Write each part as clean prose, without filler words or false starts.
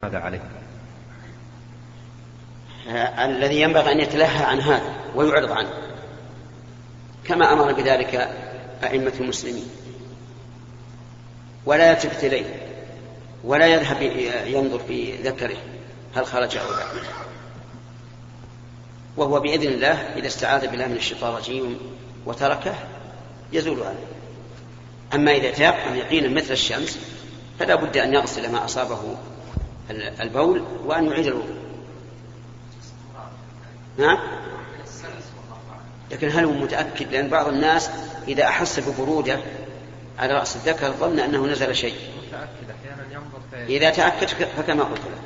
هذا عليه الذي ينبغي أن يتلهى عن هذا ويعرض عنه كما أمر بذلك أئمة المسلمين، ولا يلتفت إليه ولا يذهب ينظر في ذكره هل خرج أو لا، وهو بإذن الله إذا استعاذ بالله من الشيطان الرجيم وتركه يزول عنه. أما إذا تيقن يقينا مثل الشمس فلا بد أن يغسل ما أصابه البول وأن يعيد الوضوء. نعم، لكن هل هو متأكد؟ لأن بعض الناس إذا أحس ببرودة على رأس الذكر ظن أنه نزل شيء. إذا تأكد فكما قلت لك،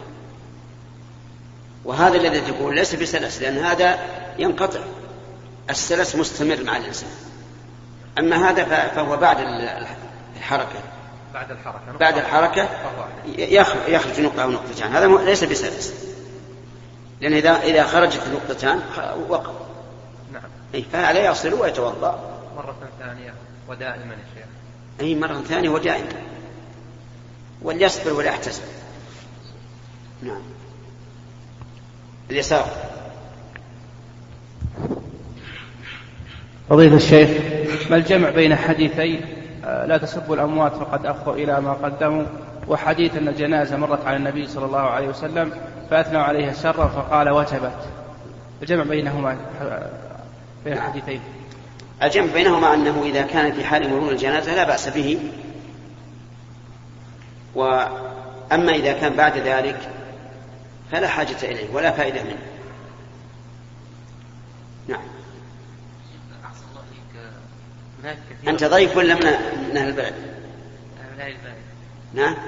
وهذا الذي تقول ليس بسلس، لأن هذا ينقطع، السلس مستمر مع الإنسان. أما هذا فهو بعد الحركة، بعد الحركة يخرج نقطة أو نقطتان، هذا ليس بسلس، لأن إذا خرجت النقطتان وقف. نعم. فعليه يغسل ويتوضأ مرة ثانية ودائما يا شيخ. أي مرة ثانية ودائما، وليصبر ولا يحتسب. نعم. اليسار. فضيلة الشيخ، ما الجمع بين حديثي لا تسبوا الأموات فقد أخوا إلى ما قدموا، وحديث أن الجنازة مرت على النبي صلى الله عليه وسلم فأثنوا عليها شرا فقال وجبت؟ الجمع بينهما بين الحديثين. الجمع بينهما أنه إذا كان في حال مرور الجنازة لا بأس به، وأما إذا كان بعد ذلك فلا حاجة إليه ولا فائدة منه. نعم. أنت ضيف ولا من أهل البلد؟ نعم.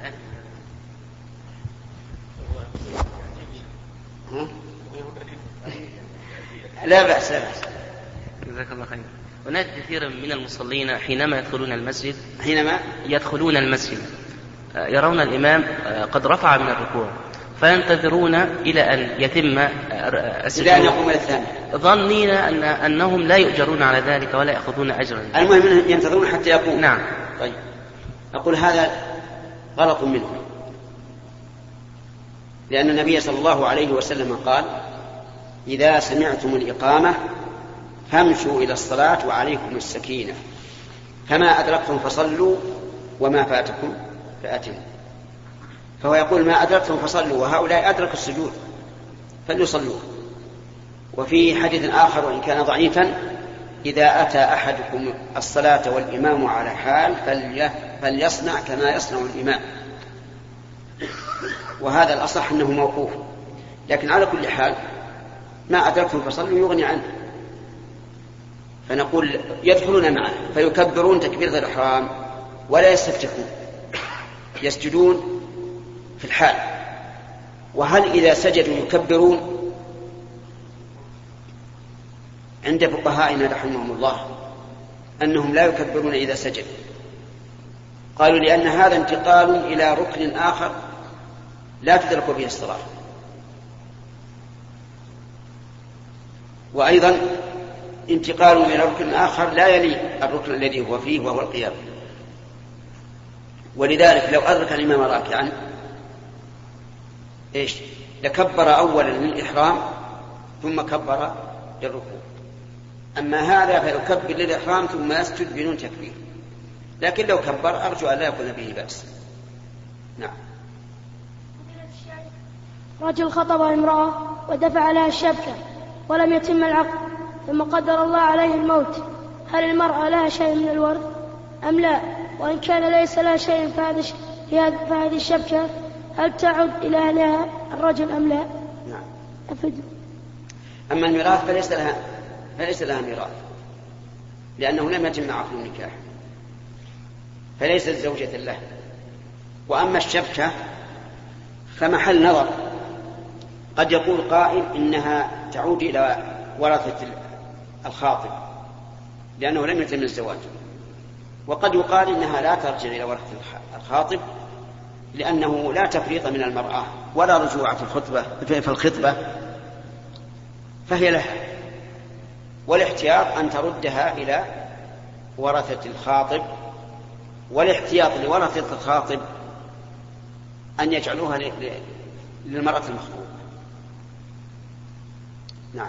لا بأس لا بأس. جزاك الله خير. هناك كثير من المصلين حينما يدخلون المسجد يرون الإمام قد رفع من الركوع فينتظرون إلى أن يتم السجود ظنين أنهم لا يؤجرون على ذلك ولا يأخذون أجرا. المهم ينتظرون حتى يقوم. نعم. طيب، أقول هذا غلط منهم، لأن النبي صلى الله عليه وسلم قال إذا سمعتم الإقامة فامشوا إلى الصلاة وعليكم السكينة، فما أدركتم فصلوا وما فاتكم فأتموا. فهو يقول ما أدركتم فصلوا، وهؤلاء أدركوا السجود فليصلوا. وفي حديث آخر وإن كان ضعيفا إذا أتى أحدكم الصلاة والإمام على حال فليصنع كما يصنع الإمام، وهذا الأصح أنه موقوف. لكن على كل حال ما أدركتم فصلوا يغني عنه، فنقول يدخلون معه فيكبرون تكبيرة الإحرام ولا يستفتحون، يسجدون في الحال. وهل إذا سجدوا يكبرون؟ عند فقهائنا رحمهم الله أنهم لا يكبرون إذا سجدوا، قالوا لأن هذا انتقال إلى ركن آخر لا تدرك به الصلاة، وأيضا انتقال إلى ركن آخر لا يلي الركن الذي هو فيه وهو القيام. ولذلك لو أدرك الإمام راكعا لكبر أولا للإحرام ثم كبر للركوع. أما هذا فيكبر للإحرام ثم يسجد بدون تكبير، لكن لو كبر أرجو أن لا يكون به بأس. نعم. رجل خطب امرأة ودفع لها الشبكة ولم يتم العقد ثم قدر الله عليه الموت، هل المرأة لها شيء من الورث أم لا؟ وإن كان ليس لها شيء في هذه الشبكة هل تعود إلى أهلها الرجل أم لا؟ نعم. أفد. أما الميراث فليس لها ميراث، لأنه لم يتم عقد النكاح فليست زوجة له. وأما الشبكة فمحل نظر، قد يقول قائل إنها تعود إلى ورثة الخاطب لأنه لم يتم الزواج، وقد يقال إنها لا ترجع إلى ورثة الخاطب لأنه لا تفريط من المرأة ولا رجوع في الخطبة، فهي لها، والاحتياط أن تردها إلى ورثة الخاطب. والاحتياط لورثة الخاطب أن يجعلوها للمرأة المخطوبة. نعم.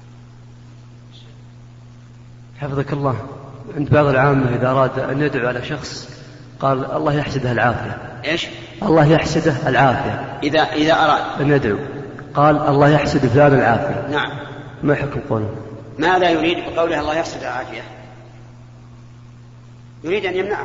حفظك الله، عند بعض العامة إذا أراد أن يدعو على شخص قال الله يحسده العافية. إيش؟ الله يحسده العافية. إذا أراد أن يدعو قال الله يحسد فلان العافية. نعم. ما حكم قوله؟ ماذا يريد بقوله الله يحسد العافية؟ يريد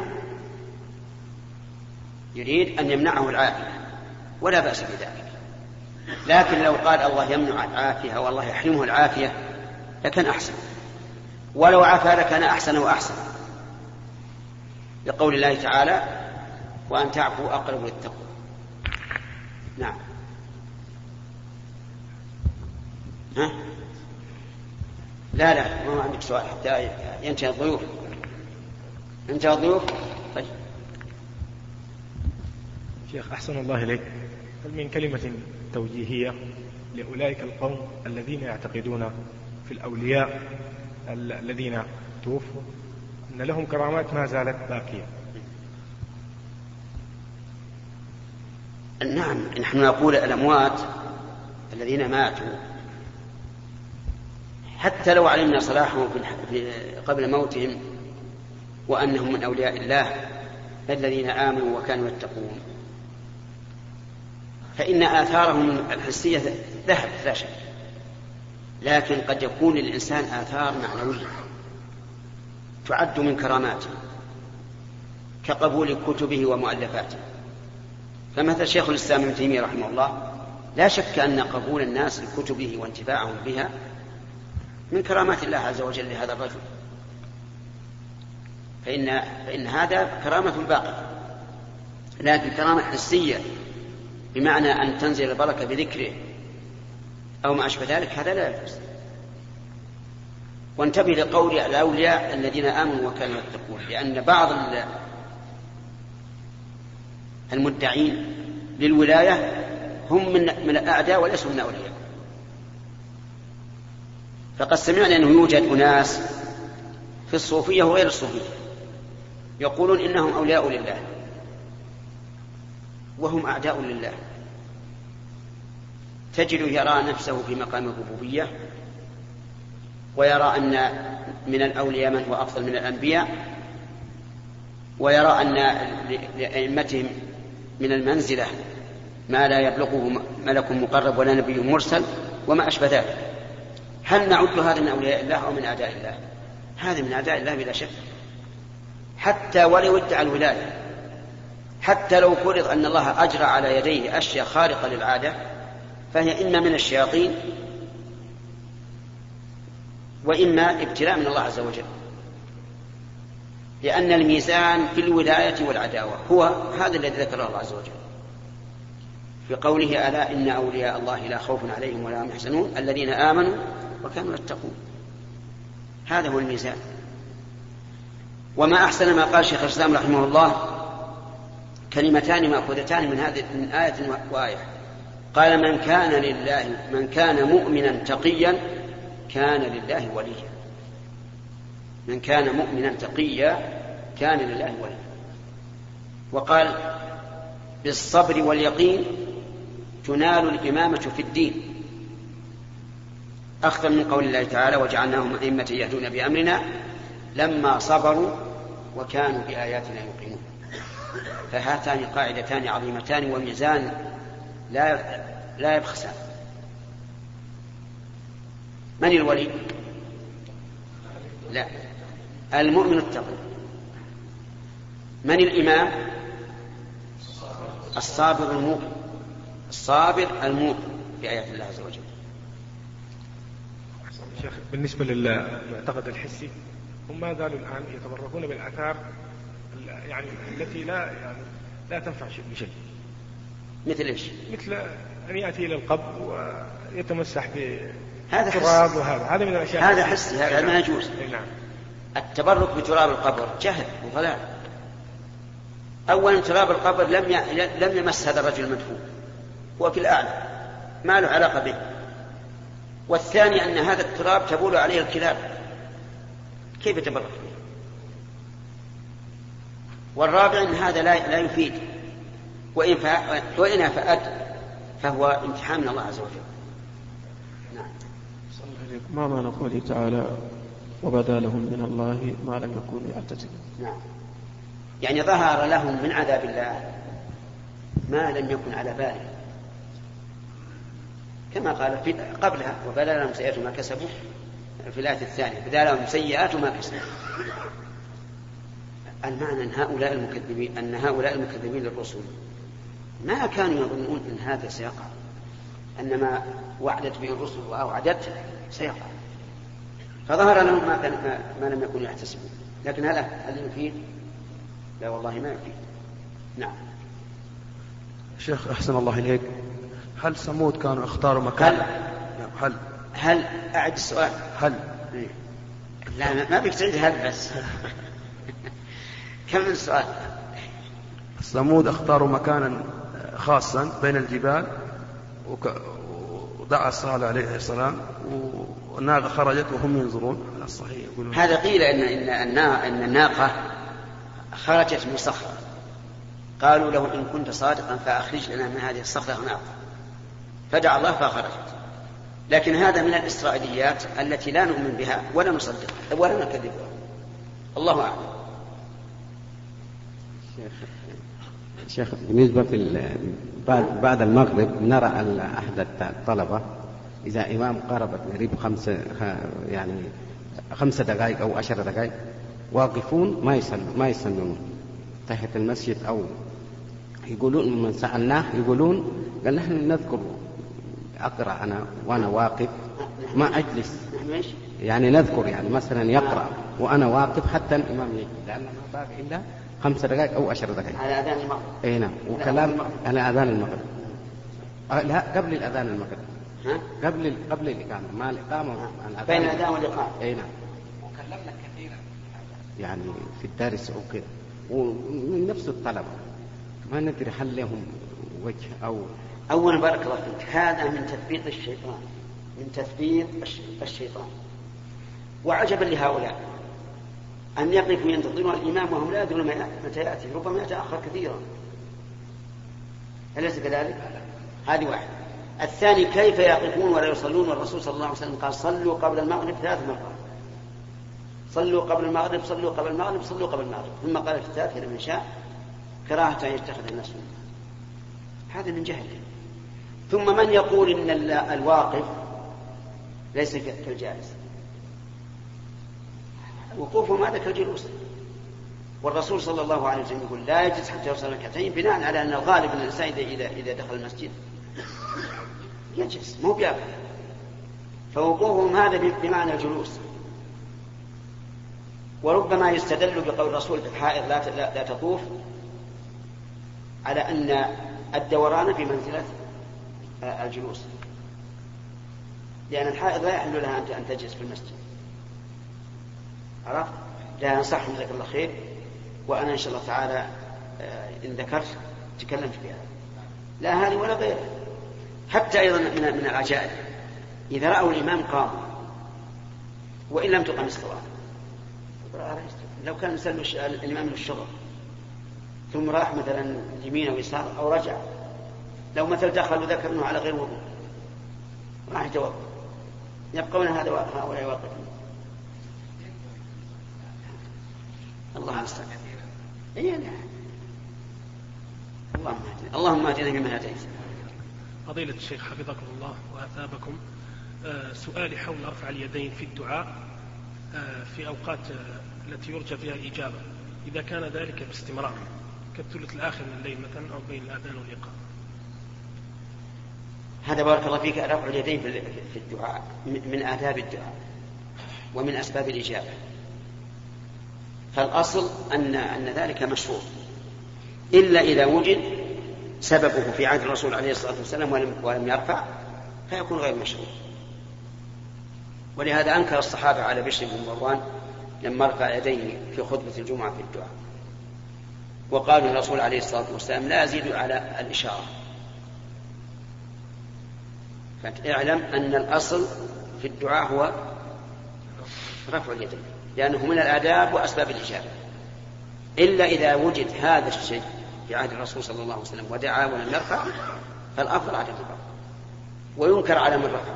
أن يمنعه العافية، ولا بأس بذلك. لكن لو قال الله يمنع العافية والله يحرمه العافية لكان أحسن، ولو عفا لكان أحسن وأحسن، لقول الله تعالى وأن تعفوا أقرب للتقوى. نعم. ها؟ لا ما عندك سؤال حتى ينتهي الضيوف. طيب شيخ أحسن الله إليك، هل من كلمة توجيهية لأولئك القوم الذين يعتقدون في الأولياء الذين توفوا أن لهم كرامات ما زالت باقية؟ نعم، نحن نقول الأموات الذين ماتوا حتى لو علمنا صلاحهم قبل موتهم وأنهم من أولياء الله الذين آمنوا وكانوا يتقون، فإن آثارهم الحسية ذهبت لا شك، لكن قد يكون للإنسان آثار معنوية تعد من كراماته كقبول كتبه ومؤلفاته. فمثل شيخ الإسلام ابن تيمية رحمه الله لا شك أن قبول الناس لكتبه وانتفاعهم بها من كرامات الله عز وجل لهذا الرجل، فإن هذا كرامة باقية. لكن كرامة حسية بمعنى أن تنزل البركة بذكره أو ما أشبه ذلك هذا لا يجوز. وانتبه لقول الأولياء الذين آمنوا وكانوا يتقون، لأن بعض المدعين للولاية هم من الأعداء وليسوا من أولياء. فقد سمعنا أنه يوجد أناس في الصوفية وغير الصوفية يقولون إنهم أولياء لله وهم أعداء لله. تجد يرى نفسه في مقام الربوبية ويرى أن من الأولياء من هو أفضل من الأنبياء، ويرى أن لأئمتهم من المنزلة ما لا يبلغه ملك مقرب ولا نبي مرسل وما أشبه ذلك. هل نعد هذا من أولياء الله أو من أعداء الله؟ هذا من أعداء الله بلا شك، حتى ولو ادعى الولاية، حتى لو فرض أن الله أجرى على يديه أشياء خارقة للعادة فهي إما من الشياطين وإما ابتلاء من الله عز وجل، لأن الميزان في الولاية والعداوة هو هذا الذي ذكره الله عز وجل في قوله ألا إن أولياء الله لا خوف عليهم ولا هم يحزنون الذين آمنوا وكانوا يتقون. هذا هو الميزان. وما أحسن ما قال شيخ الإسلام رحمه الله كلمتان مأخوذتان من آية وآية، قال من كان مؤمنا تقيا كان لله وليا. من كان مؤمنا تقيا كان لله وليا. وقال بالصبر واليقين تنال الإمامة في الدين، أخذا من قول الله تعالى وجعلناهم أئمة يهدون بأمرنا لما صبروا وكانوا بآياتنا يوقنون. فهاتان قاعدتان عظيمتان وميزان لا يبخسان. من الولي؟ لا، المؤمن التقي. من الإمام؟ الصابر المؤمن، الصابر المؤمن بآيات الله عز وجل. شيخ بالنسبة للمعتقد الحسي هم ما زالوا الآن يتبركون بالآثار يعني التي لا تنفع بشيء. مثل إيش؟ مثل أن يأتي إلى القبر ويتمسح بالتراب، هذا من الأشياء. هذا حسي، هذا ما يجوز. نعم. التبرك بتراب القبر جهل وضلال. أولا تراب القبر لم يمس هذا الرجل المدفون، هو في الأعلى ما له علاقة به. والثاني أن هذا التراب تبول عليه الكلاب، كيف يتبرك به؟ والرابع أن هذا لا يفيد، وإن أفأت فهو امتحان من الله عز وجل. نعم. ما معنى قوله تعالى وبدا لهم من الله ما لم يكونوا يحتسبون؟ نعم، يعني ظهر لهم من عذاب الله ما لم يكن على باله، كما قال قبلها وبدا لهم سيئات ما كسبوا في الآية الثانية، بدا لهم سيئات ما كسبوا. المعنى أن هؤلاء المكذبين للرسل ما كانوا يظنون أن هذا سيقع، أن ما وعدت به الرسل وأوعدته سيقع، فظهر لهم ما لم يكونوا يحتسبون. لكن هل يفيد؟ لا والله ما يفيد. نعم. شيخ أحسن الله إليك، هل ثمود كانوا اختاروا مكان؟ هل أعد السؤال؟ هل لا ما بيك تعيد هل بس. كم من السؤال؟ ثمود اختاروا مكانا خاصا بين الجبال ودعا صالح عليه السلام والناقة خرجت وهم ينظرون. على الصحيح يقولون هذا قيل إن الناقة خرجت من صخرة، قالوا له إن كنت صادقا فأخرج لنا من هذه الصخرة ناقة، فدعا الله فخرجت. لكن هذا من الإسرائيليات التي لا نؤمن بها ولا نصدقها ولا نكذبها، الله أعلم. شيخ بالنسبة بعد المغرب نرى أحد الطلبة إذا إمام قرب قريب 5 دقائق أو 10 دقائق واقفون ما يصلون تحت المسجد، أو يقولون من سألناه يقولون قال نحن نذكر أقرأ أنا وأنا واقف ما أجلس، يعني نذكر يعني مثلا يقرأ وأنا واقف حتى الإمام يجي، لأن ما باقي إلا 5 دقائق أو 10 دقائق على أذان المغرب. أي نعم، وكلام على أذان المغرب. لا قبل الأذان المغرب، قبل الإقامة، ما الإقامة بين الأذان والإقامة. أي نعم. وكلمنا كثيرا يعني في الدارس أو كذا، ومن نفس الطلبة ما ندري هل لهم وجه أو أولا بارك الله فيك، هذا من تثبيط الشيطان، وعجبا لهؤلاء أن يقفوا ينتظرون الإمام وهم لا يدرون متى يأتي، ربما يتأخر كثيرا، أليس كذلك؟ هذه واحدة. الثاني كيف يقفون ولا يصلون والرسول صلى الله عليه وسلم قال صلوا قبل المغرب 3 مرات، صلوا قبل المغرب، صلوا قبل المغرب، صلوا قبل المغرب، ثم قال في الثالث لمن شاء كراهة أن يتخذ الناس منه. هذا من جهل. ثم من يقول إن الواقف ليس كالجالس، وقوفهم هذا كالجلوس، والرسول صلى الله عليه وسلم يقول لا يجلس حتى يصلي ركعتين، بناء على أن الغالب أن الإنسان إذا دخل المسجد يجلس مو بيقف، فوقوفهم هذا بمعنى الجلوس. وربما يستدل بقول الرسول في الحائض لا تطوف على أن الدوران في منزلة الجلوس، لأن الحائض لا يحل لها أن تجلس في المسجد. عرفت؟ لا أنصح جزاك الله خير، وأنا إن شاء الله تعالى إن ذكرت تكلمت بها، لا هذه ولا غيرها. حتى أيضا من العجائب إذا رأوا الإمام قام وإن لم تقم الصلاة، لو كان يسلم الإمام للشغل ثم راح مثلا يمين أو يسار أو رجع، لو مثل دخل وذكر أنه على غير وضوء راح يتوضأ، يبقون هؤلاء واقفين. الله المستعان. اللهم اهدنا فيمن هديت. فضيلة الشيخ حفظكم الله وأثابكم، سؤالي حول رفع اليدين في الدعاء في أوقات التي يرجى فيها الإجابة، إذا كان ذلك باستمرار كالثلث الآخر من الليل مثلا أو بين الأذان والإقامة. هذا بارك الله فيك رفع اليدين في الدعاء من آداب الدعاء ومن أسباب الإجابة، فالأصل أن ذلك مشروع، إلا إذا وجد سببه في عهد الرسول عليه الصلاة والسلام ولم يرفع فيكون غير مشروع. ولهذا أنكر الصحابة على بشر بن مروان لما رفع يديه في خطبة الجمعة في الدعاء، وقالوا الرسول عليه الصلاة والسلام لا يزيد على الإشارة. فاعلم أن الأصل في الدعاء هو رفع اليدين، لأنه من الآداب وأسباب الإجابة، إلا إذا وجد هذا الشيء في عهد الرسول صلى الله عليه وسلم ودعا ولم يرفع فالأفضل عدم الرفع، وينكر على من رفع.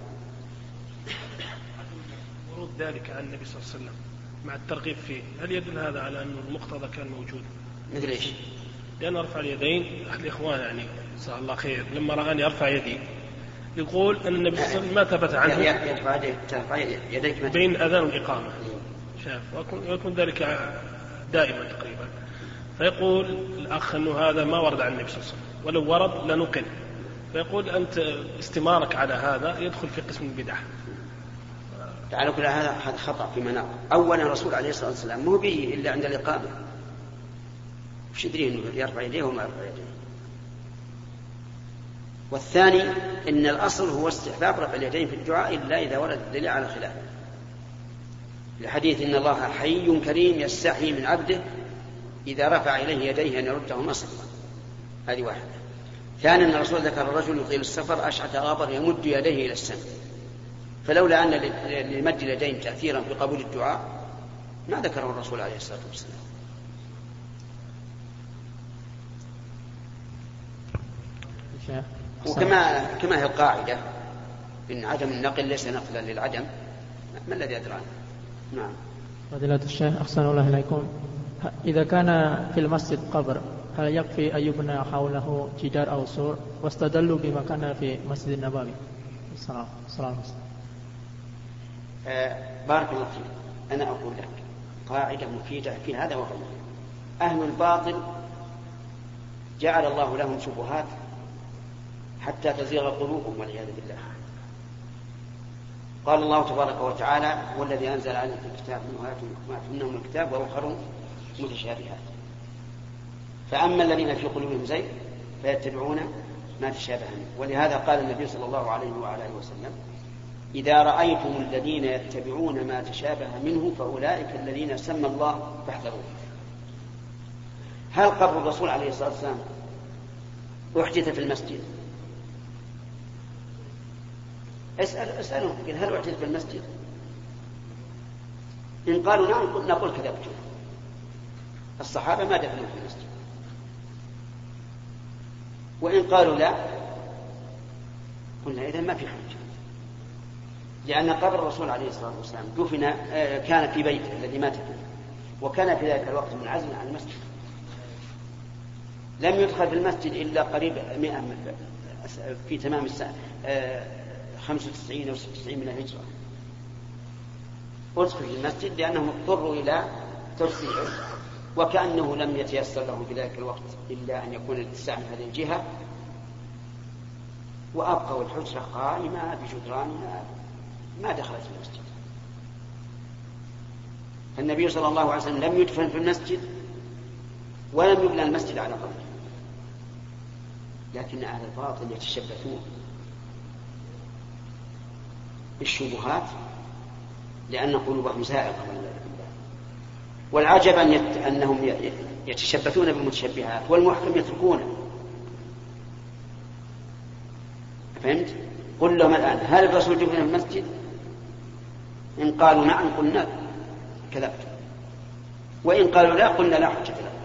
ورود ذلك عن النبي صلى الله عليه وسلم مع الترغيب فيه، هل يدل هذا على أن المقتضى كان موجود؟ مثل إيش؟ لأن رفع اليدين أحد الإخوان يعني جزاه الله خير لما رآني أرفع يدي يقول أن النبي صلى الله عليه وسلم ما ثبت عنه ترفع يديك بين أذان الإقامة، شاف ويكون ذلك دائما تقريبا. فيقول الأخ أنه هذا ما ورد عن النبي صلى الله عليه وسلم، ولو ورد لنقل. فيقول أنت استمارك على هذا يدخل في قسم البدع. تعالى كل هذا خطأ في مناط. أولا الرسول عليه الصلاة والسلام مو به إلا عند الإقامة، وش يدري أنه يرفع يديه وما يرفع يديه. والثاني إن الأصل هو استحباب رفع اليدين في الدعاء إلا إذا ورد الدليل على خلافه، الحديث إن الله حي كريم يستحي من عبده إذا رفع إليه يديه أن يردهما صفرا. هذه واحدة. ثانيا أن الرسول ذكر الرجل يطيل السفر أشعث غابر يمد يديه إلى السماء، فلولا أن لمد اليدين تأثيرا في قبول الدعاء ما ذكره الرسول عليه الصلاة والسلام. وكما هي القاعدة إن عدم النقل ليس نقلا للعدم، ما الذي أدرى؟ نعم. فضيلة الشيخ أحسن الله إليكم، إذا كان في المسجد قبر هل يكفي أن يبنى حوله جدار أو سور؟ واستدلوا بما كان في مسجد النبوي. السلام عليكم. بارك الله فيك. أنا أقول لك قاعدة مفيدة في هذا وغيره. أهل الباطل جعل الله لهم شبهات حتى تزيغ قلوبهم والعياذ بالله. قال الله تبارك وتعالى والذي أنزل عليك الكتاب منه آيات محكمات منهم الكتاب وأخر متشابهات، فأما الذين في قلوبهم زيغ فيتبعون ما تشابه منه. ولهذا قال النبي صلى الله عليه وعلى آله وسلم إذا رأيتم الذين يتبعون ما تشابه منه فأولئك الذين سمى الله فاحذروه. هل قبر الرسول عليه الصلاة والسلام أحدث في المسجد؟ اسألهم هل أحدث في المسجد؟ إن قالوا نعم نقول كذبتم، الصحابة ما دفنوا في المسجد. وإن قالوا لا قلنا إذن ما في حجة، لأن قبر الرسول عليه الصلاة والسلام دفن كان في بيته الذي مات فيه، وكان في ذلك الوقت منعزلا عن المسجد، لم يدخل في المسجد إلا قريب 100 في تمام السنة 95 أو 96 من الهجرة. أدخل في المسجد لأنهم اضطروا إلى توسيعه، وكأنه لم يتيسر له في ذلك الوقت إلا أن يكون الاتساع من هذه الجهة، وأبقوا الحجرة قائمة بجدرانها ما دخلت في المسجد. فالنبي صلى الله عليه وسلم لم يدفن في المسجد ولم يبنى المسجد على قبره، لكن أهل الباطل يتشبثون بالشبهات لأن قلوبهم زائغة. والعجب أنهم يتشبثون بالمتشبهات والمحكم يتركونه. فهمت؟ قل لهم الآن هل الرسول دفن في المسجد؟ إن قالوا نعم قلنا كذبت، وإن قالوا لا قلنا لا حجة له.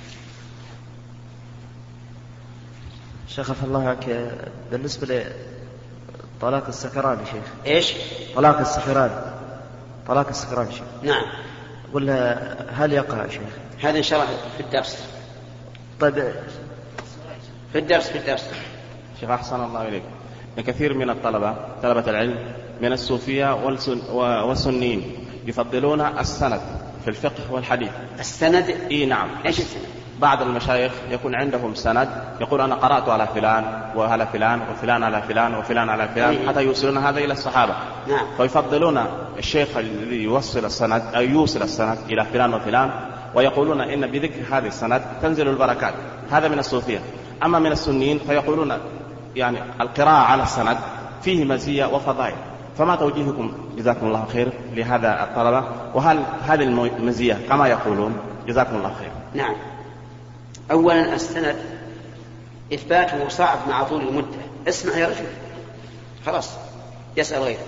شيخ الله عنك، بالنسبة لطلاق السكران يا شيخ. إيش؟ طلاق السكران شيخ. نعم. ولا هل يقع يا شيخ؟ هذا إن شاء الله في الدرس. طيب في الدرس شيخ أحسن الله إليك، كثير من طلبة العلم من الصوفية والسنين يفضلون السند في الفقه والحديث. السند؟ إيه نعم. إيش السند؟ بعض المشايخ يكون عندهم سند يقول أنا قرأت على فلان وعلى فلان وفلان على فلان وفلان على فلان حتى يوصلون هذا إلى الصحابة. نعم. فيفضلون الشيخ الذي يوصل السند أو يوصل السند إلى فلان وفلان، ويقولون إن بذكر هذه السند تنزل البركات. هذا من الصوفية. أما من السنين فيقولون يعني القراءة على السند فيه مزية وفضائل. فما توجيهكم جزاكم الله خير لهذا الطلبة، وهل هذه المزية كما يقولون؟ جزاكم الله خير. نعم. أولا السند إثباته صعب مع طول المدة. اسمع يا رجل، خلاص يسأل غيره.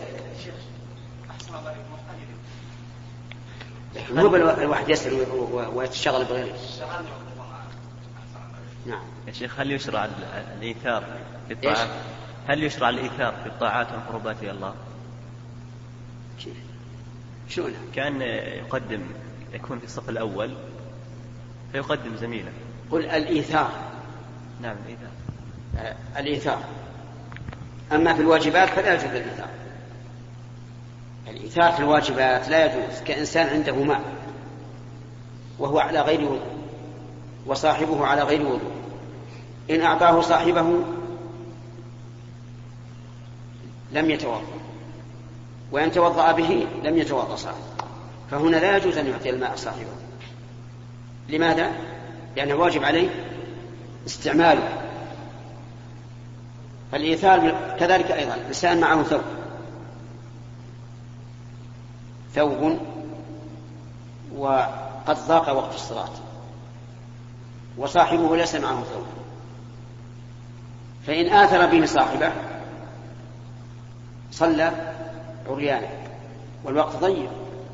مو الواحد يسأل ويتشغل بغيره. نعم. يا شيخ هل يشرع الإيثار في الطاعات؟ هل يشرع الإيثار في الطاعات والقربات إلى الله؟ كيف؟ شلون؟ كان يكون في الصف الأول فيقدم زميله. قل الإيثار. نعم الإيثار. الإيثار. أما في الواجبات فلا يجوز الإيثار. الإيثار في الواجبات لا يجوز. كإنسان عنده ماء وهو على غير وضوء وصاحبه على غير وضوء، إن أعطاه صاحبه لم يتوضأ، وإن توضأ به لم يتوضأ صاحبه، فهنا لا يجوز أن يعطي الماء صاحبه. لماذا؟ لأنه واجب عليه استعماله. فالإيثار كذلك أيضا. الإنسان معه ثوب وقد ضاق وقت الصلاة وصاحبه ليس معه ثوب، فإن آثر به صاحبه صلى عريانا والوقت ضيق،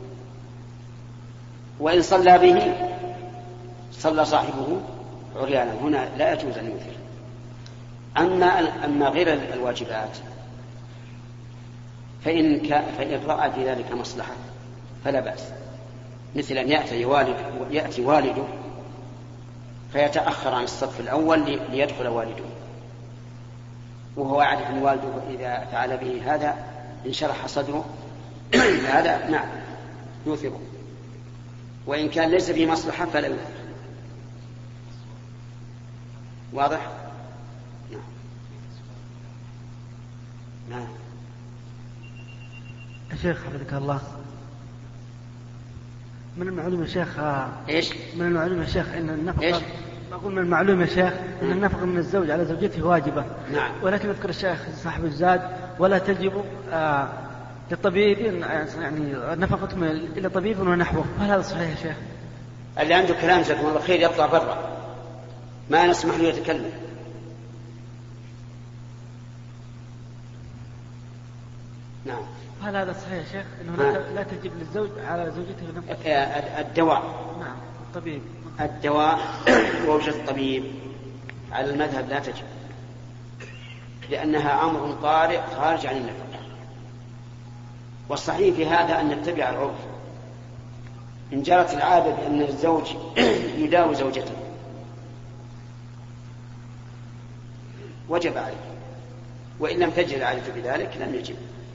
وإن صلى به صلى صاحبه عريانا. هنا لا يجوز أن يؤثر. أما غير الواجبات فإن رأى في ذلك مصلحة فلا بأس، مثل أن يأتي والده فيتأخر عن الصف الأول ليدخل والده، وهو يعرف أن والده إذا فعل به هذا انشرح صدره هذا نعم يؤثره، وإن كان ليس به مصلحة فلا يؤثر. واضح؟ نعم. الشيخ حفظك الله، من المعلوم يا شيخ ايش؟ من المعلوم يا شيخ ان النفقة، أقول من المعلوم يا شيخ ان النفقة من الزوج على زوجته واجبة. نعم. ولكن يذكر الشيخ صاحب الزاد ولا تجب للطبيب يعني نفقتهم الى طبيب ونحوه، هل هذا صحيح يا شيخ؟ اللي عنده كلام جزاكم الله خير يطلع برا، ما نسمح له يتكلم. نعم. هل هذا صحيح يا شيخ انه لا تجب للزوج على زوجته نفقة الدواء؟ نعم. الطبيب الدواء ووجد الطبيب على المذهب لا تجب، لأنها أمر طارئ خارج عن النفقة. والصحيح في هذا أن نتبع العرف. إن جرت العادة بأن الزوج يداوي زوجته وجب عليه، وإن لم تجد العادة بذلك لم يجب.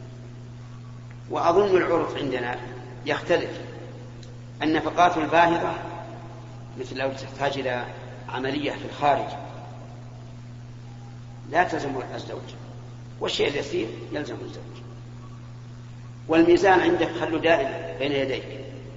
وأظن العرف عندنا يختلف. النفقات الباهظة مثل لو تحتاج إلى عملية في الخارج لا تلزم الزوج، والشيء اليسير يلزم الزوج. والميزان عندك خلوا دائما بين يديك،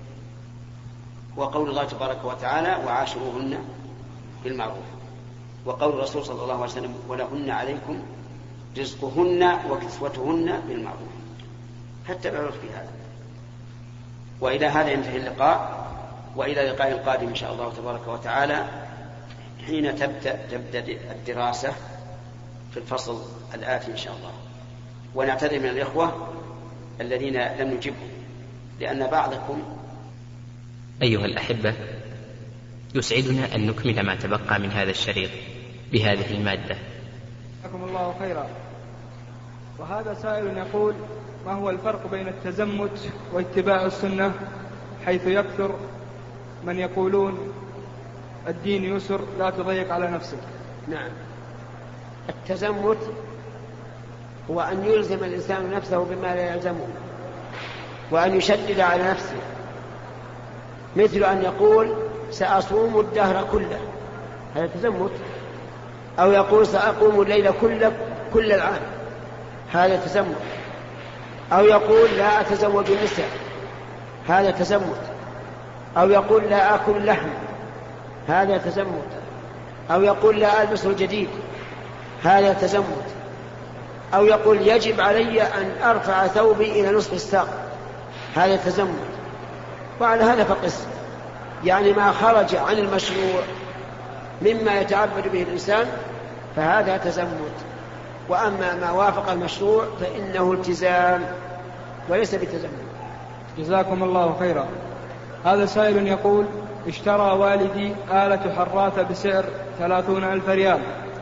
وقول الله تبارك وتعالى وعاشروهن بالمعروف، وقول الرسول صلى الله عليه وسلم ولهن عليكم رزقهن وكسوتهن بالمعروف. حتى العرف في هذا. وإلى هذا ينتهي اللقاء، وإلى لقاء القادم إن شاء الله تبارك وتعالى حين تبدأ الدراسة في الفصل الآتي إن شاء الله. ونعتذر من الإخوة الذين لم نجبهم لأن بعضكم. أيها الأحبة، يسعدنا أن نكمل ما تبقى من هذا الشريط بهذه المادة. جزاكم الله خيرا. وهذا سائل يقول: ما هو الفرق بين التزمت واتباع السنة، حيث يكثر من يقولون الدين يسر لا تضيق على نفسك؟ نعم. التزمت هو أن يلزم الإنسان نفسه بما لا يلزمه، وأن يشدد على نفسه، مثل أن يقول سأصوم الدهر كله، هذا تزمت. أو يقول سأقوم الليل كل العام، هذا تزمت. أو يقول لا أتزوج النساء، هذا تزمت. أو يقول لا آكل لحم، هذا تزمت. أو يقول لا ألبس الجديد، هذا تزمت. أو يقول يجب علي أن أرفع ثوبي إلى نصف الساق، هذا تزمت. وعلى هذا فقس، يعني ما خرج عن المشروع مما يتعبد به الإنسان فهذا تزمت. وأما ما وافق المشروع فإنه التزام وليس بتزمت. جزاكم الله خيرا. هذا سائل يقول: اشترى والدي آلة حراثة بسعر 30,000 ريال.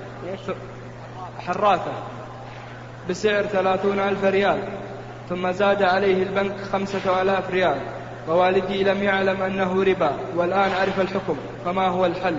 حراثة بسعر 30,000 ريال، ثم زاد عليه البنك 5,000 ريال، ووالدي لم يعلم أنه ربا، والآن عرف الحكم، فما هو الحل؟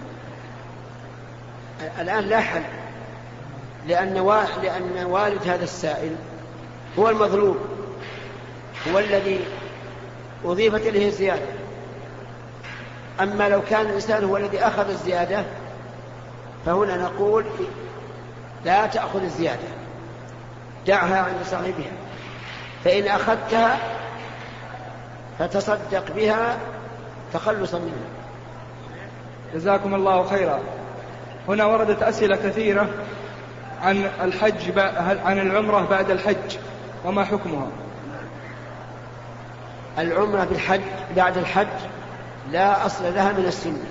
الآن لا حل، لأن والد هذا السائل هو المظلوم، هو الذي أضيفت إليه الزيادة. أما لو كان الإنسان هو الذي أخذ الزيادة فهنا نقول لا تأخذ الزيادة، دعها عند صاحبها، فإن أخذتها فتصدق بها تخلصا منها. جزاكم الله خيرا. هنا وردت أسئلة كثيرة عن الحج، عن العمرة بعد الحج، وما حكمها؟ العمرة بالحج بعد الحج لا أصل لها من السنة.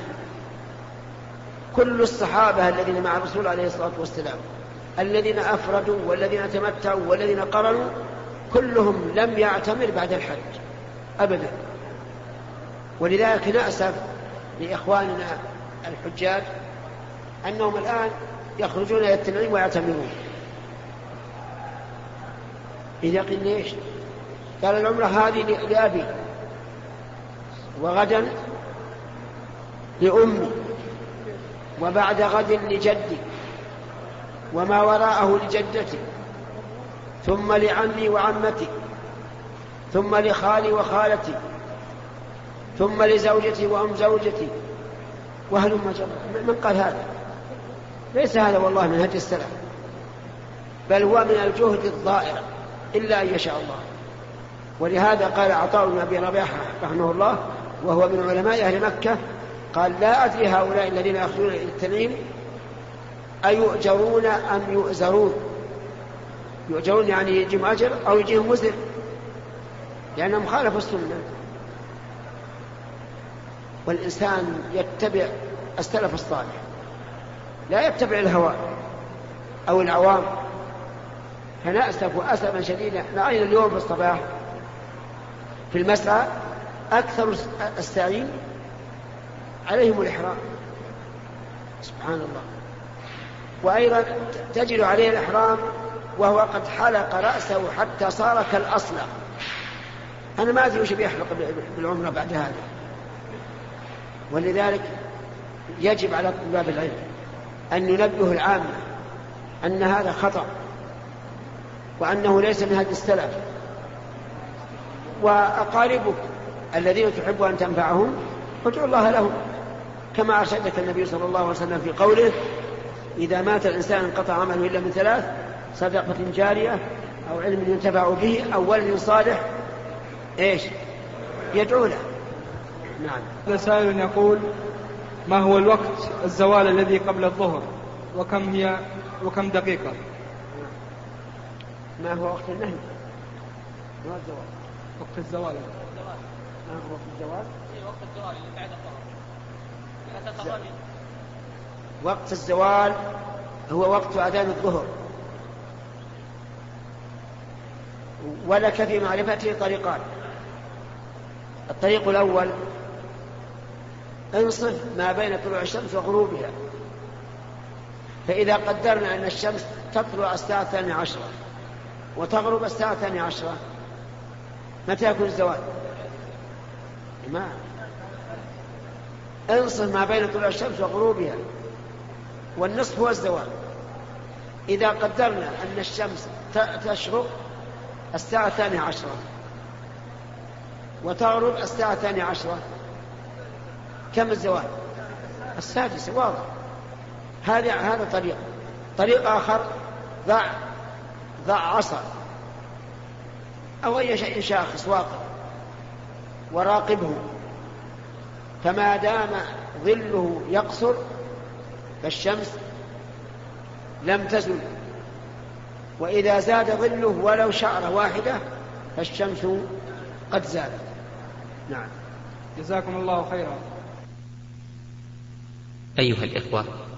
كل الصحابة الذين مع الرسول عليه الصلاة والسلام، الذين أفردوا والذين تمتعوا والذين قرنوا، كلهم لم يعتمر بعد الحج أبدا. ولذلك نأسف لإخواننا الحجاج أنهم الآن يخرجون إلى التنعيم ويعتمرون. إذا قيل ليش؟ قال العمرة هذه لأبي، وغدا لأمي، وبعد غد لجدي، وما وراءه لجدتي، ثم لعمي وعمتي، ثم لخالي وخالتي، ثم لزوجتي وأم زوجتي، وهلم جرا. من قال هذا؟ ليس هذا والله من هدي السلف، بل هو من الجهد الضائع إلا أن يشاء الله. ولهذا قال عطاء بن أبي رباح رحمه الله، وهو من علماء أهل مكة، قال لا أدري هؤلاء الذين يأخذون إلى التنعيم أيؤجرون أم يؤزرون. يؤجرون يعني يجيهم أجر أو يجيهم وزر، لأنهم خالفوا السنة. والإنسان يتبع السلف الصالح، لا يتبع الهوى أو العوام. فنأسف أسفا شديدا. رأينا اليوم في الصباح في المسعى أكثر الساعين عليهم الإحرام، سبحان الله. وأيضا تجد عليه الإحرام وهو قد حلق رأسه حتى صار كالأصلع. أنا ما أدري وش بيحلق بالعمرة بعد هذا. ولذلك يجب على طلاب العلم أن ينبه العامة أن هذا خطأ، وأنه ليس من هدي السلف. وأقاربك الذين تحب أن تنفعهم ادعوا الله لهم، كما أرشدك النبي صلى الله عليه وسلم في قوله: إذا مات الإنسان انقطع عمله إلا من ثلاث: صدقة جارية، أو علم ينتفع به، أو ولد صالح يدعو له. نعم. هذا سائل يقول: ما هو الوقت الزوال الذي قبل الظهر، وكم دقيقة؟ ما هو وقت النهي؟ ما هو الزوال؟ وقت الزوال. ما هو وقت الزوال؟ وقت الزوال اللي بعد الظهر. وقت الزوال هو وقت أذان الظهر. ولك في معرفته طريقان. الطريق الأول: انصف ما بين طلوع الشمس وغروبها. فإذا قدرنا أن الشمس تطلع الساعة 12 وتغرب الساعة 12، متى يكون الزوال؟ ما انصف ما بين طلوع الشمس وغروبها، والنصف هو الزوال. إذا قدرنا أن الشمس تشرق الساعة 12 وتغرب الساعة 12، كم الزوال؟ 6. واضح. هذا طريق آخر: ضع عصا أو أي شيء شاخص واقع وراقبه، فما دام ظله يقصر فالشمس لم تزل، وإذا زاد ظله ولو شعرة واحدة فالشمس قد زالت. نعم. جزاكم الله خيرا. أيها الإخوة،